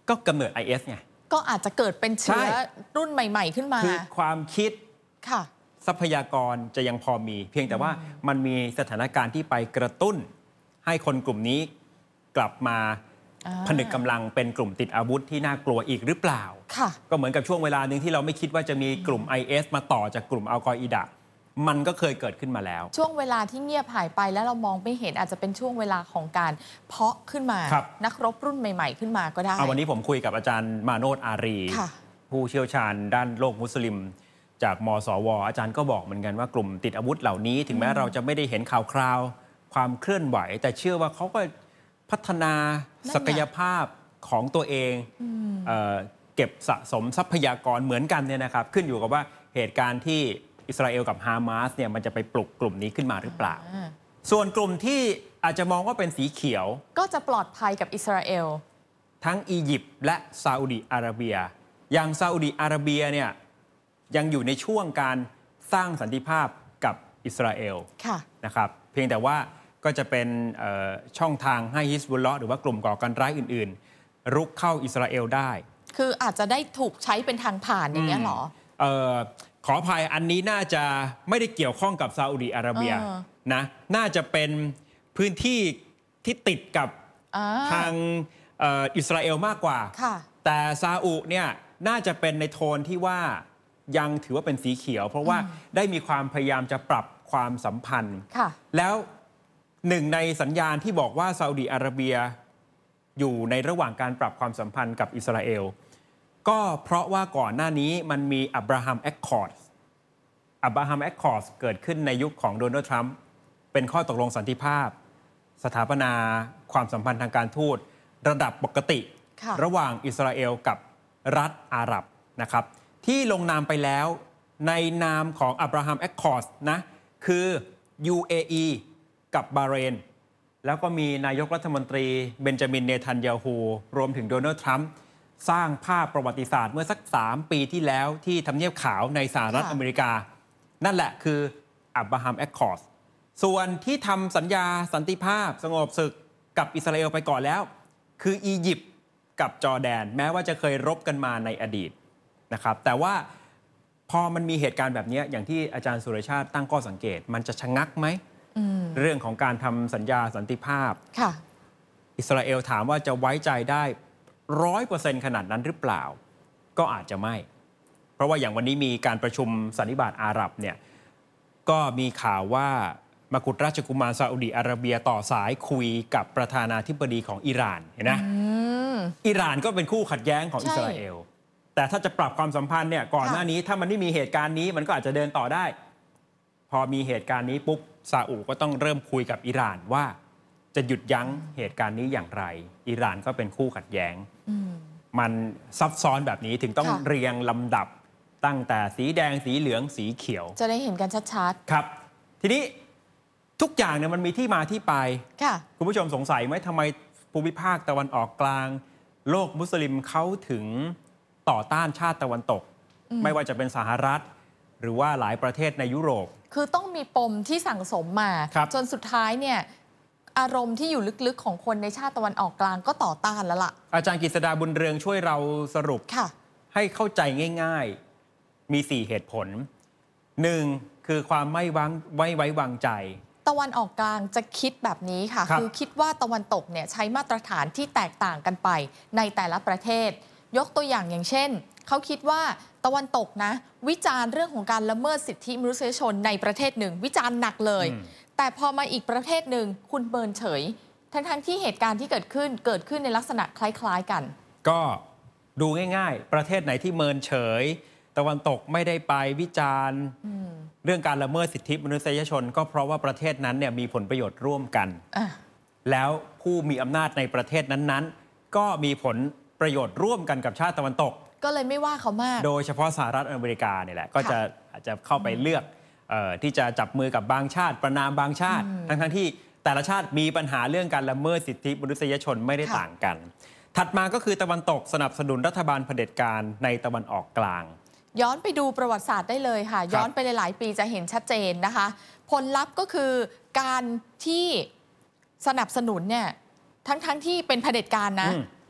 ก็กำเนิด ไอ เอส ไงก็อาจจะเกิดเป็นเชื้อรุ่นใหม่ๆขึ้นมาคือความคิดค่ะทรัพยากรจะยังพอมีเพียงแต่ว่ามันมีสถานการณ์ที่ไปกระตุ้นให้คนกลุ่มนี้กลับมาผนึกกำลังเป็นกลุ่มติดอาวุธที่น่ากลัวอีกหรือเปล่าก็เหมือนกับช่วงเวลาหนึ่งที่เราไม่คิดว่าจะมีกลุ่ม ไอ เอส มาต่อจากกลุ่มอัลกออิดะมันก็เคยเกิดขึ้นมาแล้วช่วงเวลาที่เงียบหายไปแล้วเรามองไม่เห็นอาจจะเป็นช่วงเวลาของการเพาะขึ้นมานักรบรุ่นใหม่ๆขึ้นมาก็ได้วันนี้ผมคุยกับอาจารย์มาโนชอารีผู้เชี่ยวชาญด้านโลกมุสลิมจากมสว.อาจารย์ก็บอกเหมือนกันว่ากลุ่มติดอาวุธเหล่านี้ถึงแม้เราจะไม่ได้เห็นข่าวคราวความเคลื่อนไหวแต่เชื่อว่าเขาก็พัฒนาศักยภาพของตัวเองเอ่อเก็บสะสมทรัพยากรเหมือนกันเนี่ยนะครับขึ้นอยู่กับว่าเหตุการณ์ที่อิสราเอลกับฮามาสเนี่ยมันจะไปปลุกกลุ่มนี้ขึ้นมาหรือเปล่าส่วนกลุ่มที่อาจจะมองว่าเป็นสีเขียวก็จะปลอดภัยกับอิสราเอลทั้งอียิปต์และซาอุดิอาระเบียอย่างซาอุดิอาระเบียเนี่ยยังอยู่ในช่วงการสร้างสันติภาพกับอิสราเอลนะครับเพียงแต่ว่าก็จะเป็นช่องทางให้ฮิซบุลเลาะห์หรือว่ากลุ่มก่อการร้ายอื่นๆรุกเข้าอิสราเอลได้คืออาจจะได้ถูกใช้เป็นทางผ่านอย่างนี้หรอเอ่อขออภัยอันนี้น่าจะไม่ได้เกี่ยวข้องกับซาอุดิอาระเบียนะน่าจะเป็นพื้นที่ที่ติดกับทางอิสราเอลมากกว่าแต่ซาอุเนี่ยน่าจะเป็นในโทนที่ว่ายังถือว่าเป็นสีเขียวเพราะว่าได้มีความพยายามจะปรับความสัมพันธ์แล้วหนึ่งในสัญญาณที่บอกว่าซาอุดิอาระเบียอยู่ในระหว่างการปรับความสัมพันธ์กับอิสราเอลก็เพราะว่าก่อนหน้านี้มันมีอับราฮัมแอคคอร์ดอับราฮัมแอคคอร์ดเกิดขึ้นในยุคของโดนัลด์ทรัมป์เป็นข้อตกลงสันติภาพสถาปนาความสัมพันธ์ทางการทูตระดับปกติระหว่างอิสราเอลกับรัฐอาหรับนะครับที่ลงนามไปแล้วในนามของอับราฮัมแอคคอร์ดนะคือ ยู เอ อี กับบาห์เรนแล้วก็มีนายกรัฐมนตรีเบนจามินเนทันยาฮูรวมถึงโดนัลด์ทรัมป์สร้างภาพประวัติศาสตร์เมื่อสักสามปีที่แล้วที่ทำเนียบขาวในสหรัฐอเมริกานั่นแหละคืออับราฮัมแอคคอร์ดส่วนที่ทำสัญญาสันติภาพสงบศึกกับอิสราเอลไปก่อนแล้วคืออียิปต์กับจอร์แดนแม้ว่าจะเคยรบกันมาในอดีตนะครับแต่ว่าพอมันมีเหตุการณ์แบบนี้อย่างที่อาจารย์สุรชาติตั้งข้อสังเกตมันจะชะงักไหมเรื่องของการทำสัญญาสันติภาพอิสราเอลถามว่าจะไว้ใจได้ร้อยเปอร์เซ็นต์ขนาดนั้นหรือเปล่าก็อาจจะไม่เพราะว่าอย่างวันนี้มีการประชุมสันนิบาตอาหรับเนี่ยก็มีข่าวว่ามกุฎราชกุมารซาอุดิอาระเบียต่อสายคุยกับประธานาธิบดีของอิหร่านเห็นไหมอิหร่านก็เป็นคู่ขัดแย้งของอิสราเอลแต่ถ้าจะปรับความสัมพันธ์เนี่ยก่อนหน้านี้ถ้ามันไม่มีเหตุการณ์นี้มันก็อาจจะเดินต่อได้พอมีเหตุการณ์นี้ปุ๊บซาอุก็ต้องเริ่มคุยกับอิหร่านว่าจะหยุดยั้งเหตุการณ์นี้อย่างไรอิหร่านก็เป็นคู่ขัดแย้งมันซับซ้อนแบบนี้ถึงต้องเรียงลำดับตั้งแต่สีแดงสีเหลืองสีเขียวจะได้เห็นกันชัดๆครับทีนี้ทุกอย่างเนี่ยมันมีที่มาที่ไปคุณผู้ชมสงสัยไหมทำไมภูมิภาคตะวันออกกลางโลกมุสลิมเขาถึงต่อต้านชาติตะวันตกไม่ว่าจะเป็นสหรัฐหรือว่าหลายประเทศในยุโรปคือต้องมีปมที่สั่งสมมาจนสุดท้ายเนี่ยอารมณ์ที่อยู่ลึกๆของคนในชาติตะวันออกกลางก็ต่อต้านแล้วล่ะอาจารย์กฤษดาบุญเรืองช่วยเราสรุปให้เข้าใจง่ายๆมีสี่เหตุผลหนึ่งคือความไม่วางไม่ไว้วางใจตะวันออกกลางจะคิดแบบนี้ค่ะ ค, คือคิดว่าตะวันตกเนี่ยใช้มาตรฐานที่แตกต่างกันไปในแต่ละประเทศยกตัวอย่างอย่างเช่นเขาคิดว่าตะวันตกนะวิจารณ์เรื่องของการละเมิดสิทธิมนุษยชนในประเทศหนึ่งวิจารณ์หนักเลยแต่พอมาอีกประเทศหนึ่งคุณเบิร์นเฉยทั้งๆที่เหตุการณ์ที่เกิดขึ้นเกิดขึ้นในลักษณะคล้ายๆกันก็ดูง่ายๆประเทศไหนที่เมินเฉยตะวันตกไม่ได้ไปวิจารณ์เรื่องการละเมิดสิทธิมนุษยชนก็เพราะว่าประเทศนั้นเนี่ยมีผลประโยชน์ร่วมกันแล้วผู้มีอำนาจในประเทศนั้นๆก็มีผลประโยชน์ร่วมกันกับชาติตะวันตกก็เลยไม่ว่าเขามากโดยเฉพาะสหรัฐอเมริกาเนี่ยแหละก็จะอาจจะเข้าไปเลือกที่จะจับมือกับบางชาติประนามบางชาติทั้งๆที่แต่ละชาติมีปัญหาเรื่องการละเมิดสิทธิมนุษยชนไม่ได้ต่างกันถัดมาก็คือตะวันตกสนับสนุนรัฐบาลเผด็จการในตะวันออกกลางย้อนไปดูประวัติศาสตร์ได้เลยค่ะย้อนไปหลายๆปีจะเห็นชัดเจนนะคะผลลัพธ์ก็คือการที่สนับสนุนเนี่ยทั้งๆที่เป็นเผด็จการนะแ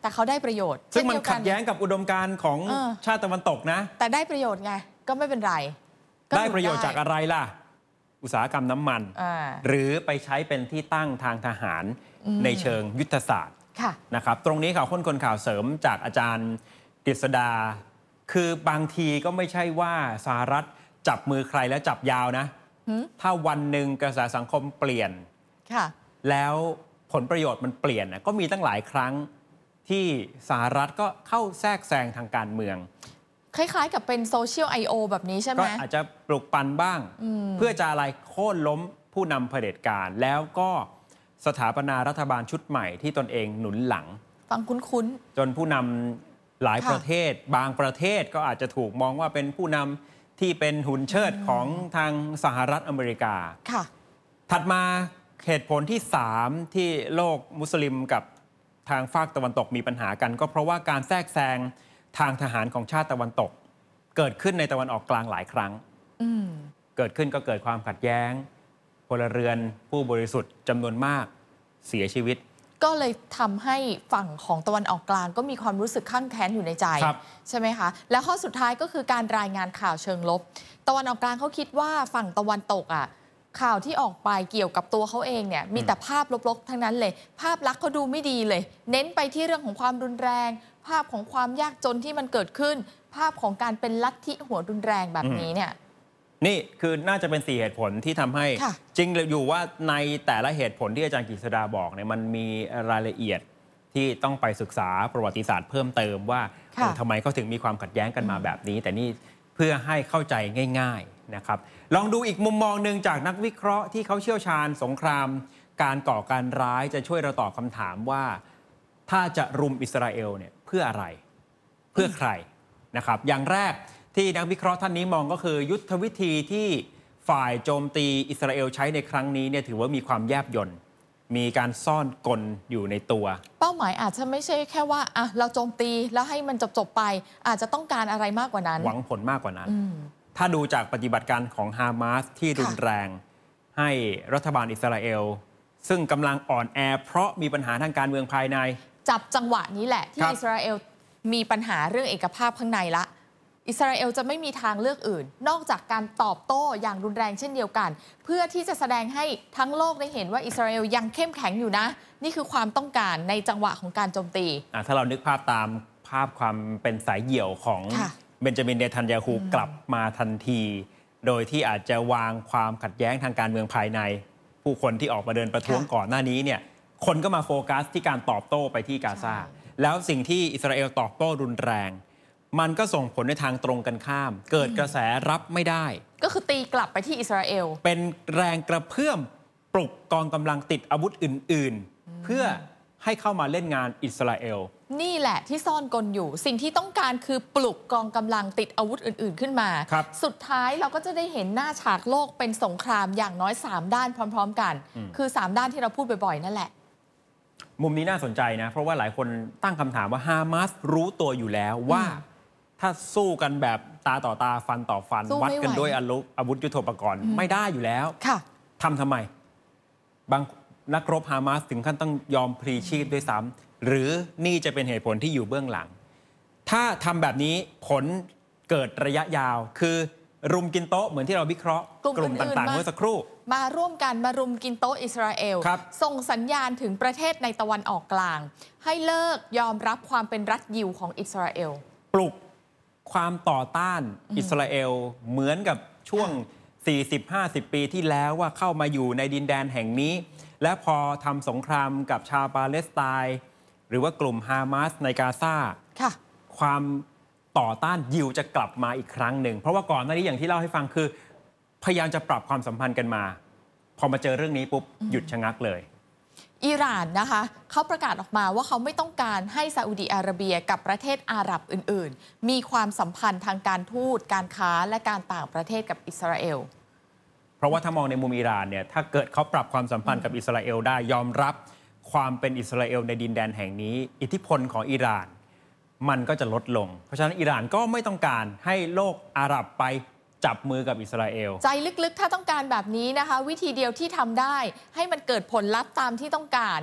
แต่เขาได้ประโยชน์ซึ่งมันเช่เดีวกัขัดแย้งกับอุดมการณ์ของเออชาติตะวันตกนะแต่ได้ประโยชน์ไงก็ไม่เป็นไรก็ได้ประโยชน์จากอะไรล่ะ อุตสาหกรรมน้ำมันอ่าหรือไปใช้เป็นที่ตั้งทางทหารอืมในเชิงยุทธศาสตร์ค่ะนะครับตรงนี้ข่าวค้นคนข่าวเสริมจากอาจารย์กฤษดา คือบางทีก็ไม่ใช่ว่าสหรัฐจับมือใครแล้วจับยาวนะหืมถ้าวันหนึ่งกระแสสังคมเปลี่ยนค่ะแล้วผลประโยชน์มันเปลี่ยนนะก็มีตั้งหลายครั้งที่สหรัฐก็เข้าแทรกแซงทางการเมืองคล้ายๆ กับเป็นโซเชียล ไอ โอ แบบนี้ใช่ไหก็มอาจจะปลุกปั่นบ้างอืมเพื่อจะอะไรโค่นล้มผู้นำเผด็จการ แล้วก็สถาปนารัฐบาลชุดใหม่ที่ตนเองหนุนหลังฟังคุ้นจนผู้นำหลายค่ะประเทศ บางประเทศก็อาจจะถูกมองว่าเป็นผู้นำที่เป็นหุ่นเชิดของทางสหรัฐอเมริกาๆ ค่ะถัดมาเหตุผลที่สามที่โลกมุสลิมกับทางฝากตะวันตกมีปัญหากัน ก็เพราะว่าการแทรกแซงทางทหารของชาติตะวันตก เกิดขึ้นในตะวันออกกลางหลายครั้งอืมเกิดขึ้นก็เกิดความขัดแย้งพลเรือนผู้บริสุทธิ์จำนวนมากเสียชีวิตก็เลยทำให้ฝั่งของตะวันออกกลางก็มีความรู้สึกข้างแค้นอยู่ในใจครับใช่ไหมคะ แล้วข้อสุดท้ายก็คือการรายงานข่าวเชิงลบ ตะวันออกกลางเขาคิดว่าฝั่งตะวันตกอ่ะข่าวที่ออกไปเกี่ยวกับตัวเขาเองเนี่ยมีแต่ภาพลบๆทั้งนั้นเลย ภาพลักษณ์เขาดูไม่ดีเลย เน้นไปที่เรื่องของความรุนแรง ภาพของความยากจนที่มันเกิดขึ้น ภาพของการเป็นลัทธิหัวรุนแรงแบบนี้เนี่ยนี่คือน่าจะเป็นสี่เหตุผลที่ทำให้ค่ะจริงอยู่ว่าในแต่ละเหตุผลที่อาจารย์กฤษดาบอกเนี่ยมันมีรายละเอียดที่ต้องไปศึกษาประวัติศาสตร์เพิ่มเติมว่าค่ะเออทำไมเขาถึงมีความขัดแย้งกันมาแบบนี้ แต่นี่เพื่อให้เข้าใจง่ายๆนะครับลองดูอีกมุมมองหนึ่งจากนักวิเคราะห์ที่เขาเชี่ยวชาญสงคราม การก่อการร้ายจะช่วยเราตอบคำถามว่า ถ้าจะรุมอิสราเอลเนี่ยเพื่ออะไรเพื่อใครนะครับอย่างแรกที่นักวิเคราะห์ท่านนี้มองก็คือยุทธวิธีที่ฝ่ายโจมตีอิสราเอลใช้ในครั้งนี้เนี่ยถือว่ามีความแยบยลมีการซ่อนกลอยู่ในตัวเป้าหมายอาจจะไม่ใช่แค่ว่าอ่ะเราโจมตีแล้วให้มันจบๆไป อาจจะต้องการอะไรมากกว่านั้นหวังผลมากกว่านั้นอืมถ้าดูจากปฏิบัติการของฮามาสที่รุนแรง ให้รัฐบาลอิสราเอล ซึ่งกำลังอ่อนแอเพราะมีปัญหาทางการเมืองภายในจับจังหวะนี้แหละ ที่ครับอิสราเอลมีปัญหาเรื่องเอกภาพข้างในละ อิสราเอลจะไม่มีทางเลือกอื่น นอกจากการตอบโต้อย่างรุนแรงเช่นเดียวกัน เพื่อที่จะแสดงให้ทั้งโลกได้เห็นว่าอิสราเอลยังเข้มแข็งอยู่นะ นี่คือความต้องการในจังหวะของการโจมตีอ่ะถ้าเรานึกภาพตามภาพความเป็นสายเหี่ยวของค่ะเบนจามินเนทันยาฮูกลับมาทันที โดยที่อาจจะวางความขัดแย้งทางการเมืองภายใน ผู้คนที่ออกมาเดินประท้วงค่ะก่อนหน้านี้เนี่ยคนก็มาโฟกัสที่การตอบโต้ไปที่กาซาใช่แล้วสิ่งที่อิสราเอลตอบโต้รุนแรง มันก็ส่งผลในทางตรงกันข้าม เกิดกระแสรับไม่ได้ก็คือตีกลับไปที่อิสราเอลเป็นแรงกระเพื่อมปลุกกองกำลังติดอาวุธอื่น ๆ เพื่อให้เข้ามาเล่นงานอิสราเอลนี่แหละที่ซ่อนกลอยู่ สิ่งที่ต้องการคือปลุกกองกำลังติดอาวุธอื่น ๆ ขึ้นมาครับสุดท้ายเราก็จะได้เห็นหน้าฉากโลกเป็นสงครามอย่างน้อย สาม ด้านพร้อม ๆ กัน คือ สาม ด้านที่เราพูดบ่อย ๆ นั่นแหละมุมนี้น่าสนใจนะ เพราะว่าหลายคนตั้งคำถามว่าฮามาสรู้ตัวอยู่แล้วว่า ถ้าสู้กันแบบตาต่อตาฟันต่อฟันสู้วัดไม่ไหวกันด้วยอาวุธอาวุธยุทโธปกรณ์ไม่ได้อยู่แล้วค่ะทำทำไม บางนักรบฮามาสถึงขั้นต้องยอมพลีชีพด้วยซ้ำหรือนี่จะเป็นเหตุผลที่อยู่เบื้องหลัง ถ้าทำแบบนี้ผลเกิดระยะยาว คือรุมกินโต๊ะเหมือนที่เราวิเคราะห์กลุ่มอื่นๆต่างๆมาเมื่อสักครู่มาร่วมกันมารุมกินโต๊ะอิสราเอลครับส่งสัญญาณถึงประเทศในตะวันออกกลาง ให้เลิกยอมรับความเป็นรัฐยิวของอิสราเอลปลุกความต่อต้านอิสราเอลเหมือนกับช่วง สี่สิบห้าสิบ ปีที่แล้วว่าเข้ามาอยู่ในดินแดนแห่งนี้ และพอทำสงครามกับชาวปาเลสไตน์หรือว่ากลุ่มฮามาสในกาซาค่ะความต่อต้านยิวจะกลับมาอีกครั้งหนึ่ง เพราะว่าก่อนหน้านี้อย่างที่เล่าให้ฟังคือ พยายามจะปรับความสัมพันธ์กันมา พอมาเจอเรื่องนี้ปุ๊บหยุดชะงักเลยอิหร่านนะคะเขาประกาศออกมาว่าเขาไม่ต้องการให้ซาอุดีอาระเบียกับประเทศอาหรับอื่นๆ มีความสัมพันธ์ทางการทูตการค้าและการต่างประเทศกับอิสราเอลเพราะว่าถ้ามองในมุมอิหร่านเนี่ยถ้าเกิดเขาปรับความสัมพันธ์กับอิสราเอลได้ยอมรับความเป็นอิสราเอลในดินแดนแห่งนี้ อิทธิพลของอิหร่านมันก็จะลดลง เพราะฉะนั้นอิหร่านก็ไม่ต้องการให้โลกอาหรับไปจับมือกับอิสราเอลใจลึกๆ ถ้าต้องการแบบนี้นะคะ วิธีเดียวที่ทำได้ให้มันเกิดผลลัพธ์ตามที่ต้องการ ก็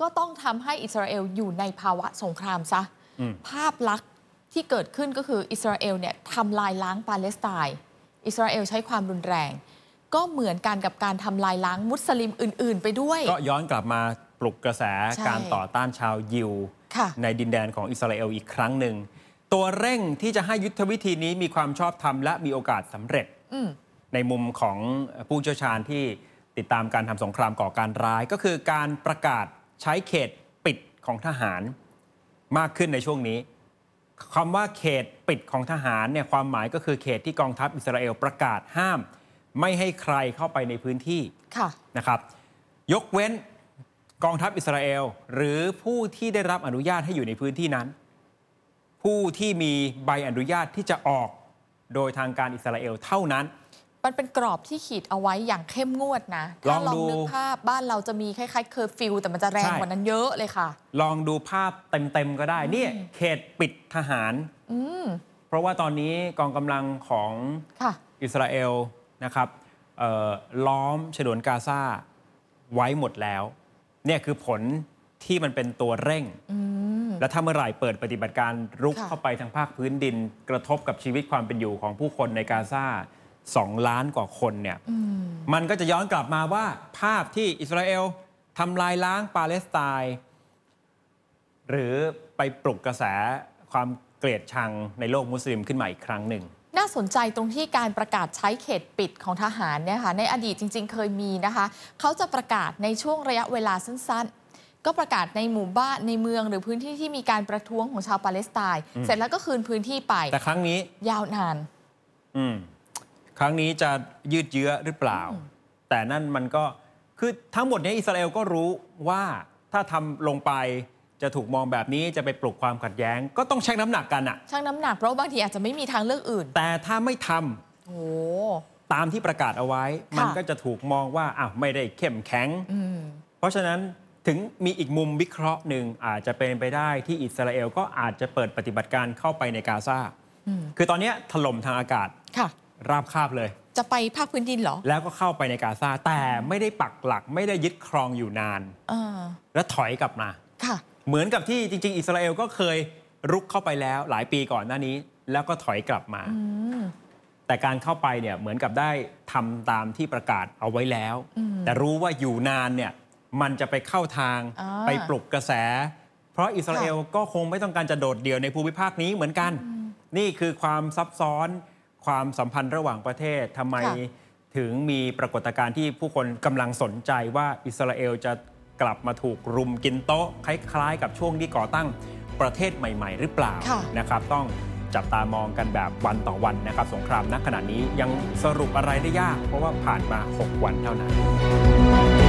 ก็ต้องทำให้อิสราเอลอยู่ในภาวะสงครามซะภาพลักษณ์ที่เกิดขึ้นก็คืออิสราเอลเนี่ยทำลายล้างปาเลสไตน์อิสราเอลใช้ความรุนแรงก็เหมือนกันกับการทำลายล้างมุสลิมอื่นๆไปด้วยก็ย้อนกลับมาปลุกกระแสการต่อต้านชาวยิวในดินแดนของอิสราเอลอีกครั้งหนึ่งตัวเร่งที่จะให้ยุทธวิธีนี้มีความชอบธรรมและมีโอกาสสำเร็จในมุมของผู้เชี่ยวชาญที่ติดตามการทำสงครามก่อการร้ายก็คือการประกาศใช้เขตปิดของทหารมากขึ้นในช่วงนี้คำว่าเขตปิดของทหารเนี่ยความหมายก็คือเขตที่กองทัพอิสราเอลประกาศห้ามไม่ให้ใครเข้าไปในพื้นที่นะครับยกเว้นกองทัพอิสราเอลหรือผู้ที่ได้รับอนุญาตให้อยู่ในพื้นที่นั้นผู้ที่มีใบอนุญาตที่จะออกโดยทางการอิสราเอลเท่านั้นมันเป็นกรอบที่ขีดเอาไว้อย่างเข้มงวดนะถ้าลองนึกภาพบ้านเราจะมีคล้ายๆเคอร์ฟิวแต่มันจะแรงกว่านั้นเยอะเลยค่ะลองดูภาพเต็มๆก็ได้นี่เขตปิดทหารเพราะว่าตอนนี้กองกำลังของอิสราเอลนะครับล้อมฉนวนกาซาไว้หมดแล้วเนี่ยคือผลที่มันเป็นตัวเร่งและถ้าเมื่อไหร่เปิดปฏิบัติการรุกเข้าไปทางภาคพื้นดินกระทบกับชีวิตความเป็นอยู่ของผู้คนในกาซาสองล้านกว่าคนเนี่ยมมันก็จะย้อนกลับมาว่าภาพที่อิสราเอลทำลายล้างปาเลสไตน์หรือไปปลุกกระแสความเกลียดชังในโลกมุสลิมขึ้นมาอีกครั้งหนึ่งน่าสนใจตรงที่การประกาศใช้เขตปิดของทหารเนี่ยค่ะในอดีตจริงๆเคยมีนะคะเขาจะประกาศในช่วงระยะเวลาสั้นๆก็ประกาศในหมู่บ้านในเมืองหรือพื้นที่ที่มีการประท้วงของชาวปาเลสไตน์เสร็จแล้วก็คืนพื้นที่ไปแต่ครั้งนี้ยาวนานอืมครั้งนี้จะยืดเยื้อหรือเปล่าแต่นั่นมันก็คือทั้งหมดนี้อิสราเอลก็รู้ว่าถ้าทำลงไปจะถูกมองแบบนี้จะไปปลุกความขัดแย้งก็ต้องชั่งน้ำหนักกันอะชั่งน้ำหนักเพราะบางทีอาจจะไม่มีทางเลือกอื่นแต่ถ้าไม่ทำโอ้ตามที่ประกาศเอาไว้มันก็จะถูกมองว่าอ้าวไม่ได้เข้มแข็งเพราะฉะนั้นถึงมีอีกมุมวิเคราะห์หนึ่งอาจจะเป็นไปได้ที่อิสราเอลก็อาจจะเปิดปฏิบัติการเข้าไปในกาซาคือตอนนี้ถล่มทางอากาศราบคาบเลยจะไปภาคพื้นดินเหรอแล้วก็เข้าไปในกาซาแต่ไม่ได้ปักหลักไม่ได้ยึดครองอยู่นานแล้วถอยกลับมาเหมือนกับที่จริงๆอิสราเอลก็เคยรุกเข้าไปแล้วหลายปีก่อนหน้านี้แล้วก็ถอยกลับมาแต่การเข้าไปเนี่ยเหมือนกับได้ทำตามที่ประกาศเอาไว้แล้วแต่รู้ว่าอยู่นานเนี่ยมันจะไปเข้าทางไปปลุกกระแสเพราะอิสราเอลก็คงไม่ต้องการจะโดดเดี่ยวในภูมิภาคนี้เหมือนกันนี่คือความซับซ้อนความสัมพันธ์ระหว่างประเทศทำไมถึงมีปรากฏการณ์ที่ผู้คนกำลังสนใจว่าอิสราเอลจะกลับมาถูกรุมกินโต๊ะคล้ายๆกับช่วงที่ก่อตั้งประเทศใหม่ๆหรือเปล่านะครับต้องจับตามองกันแบบวันต่อวันนะครับสงครามณขณะนี้ยังสรุปอะไรได้ยากเพราะว่าผ่านมาหกวันเท่านั้น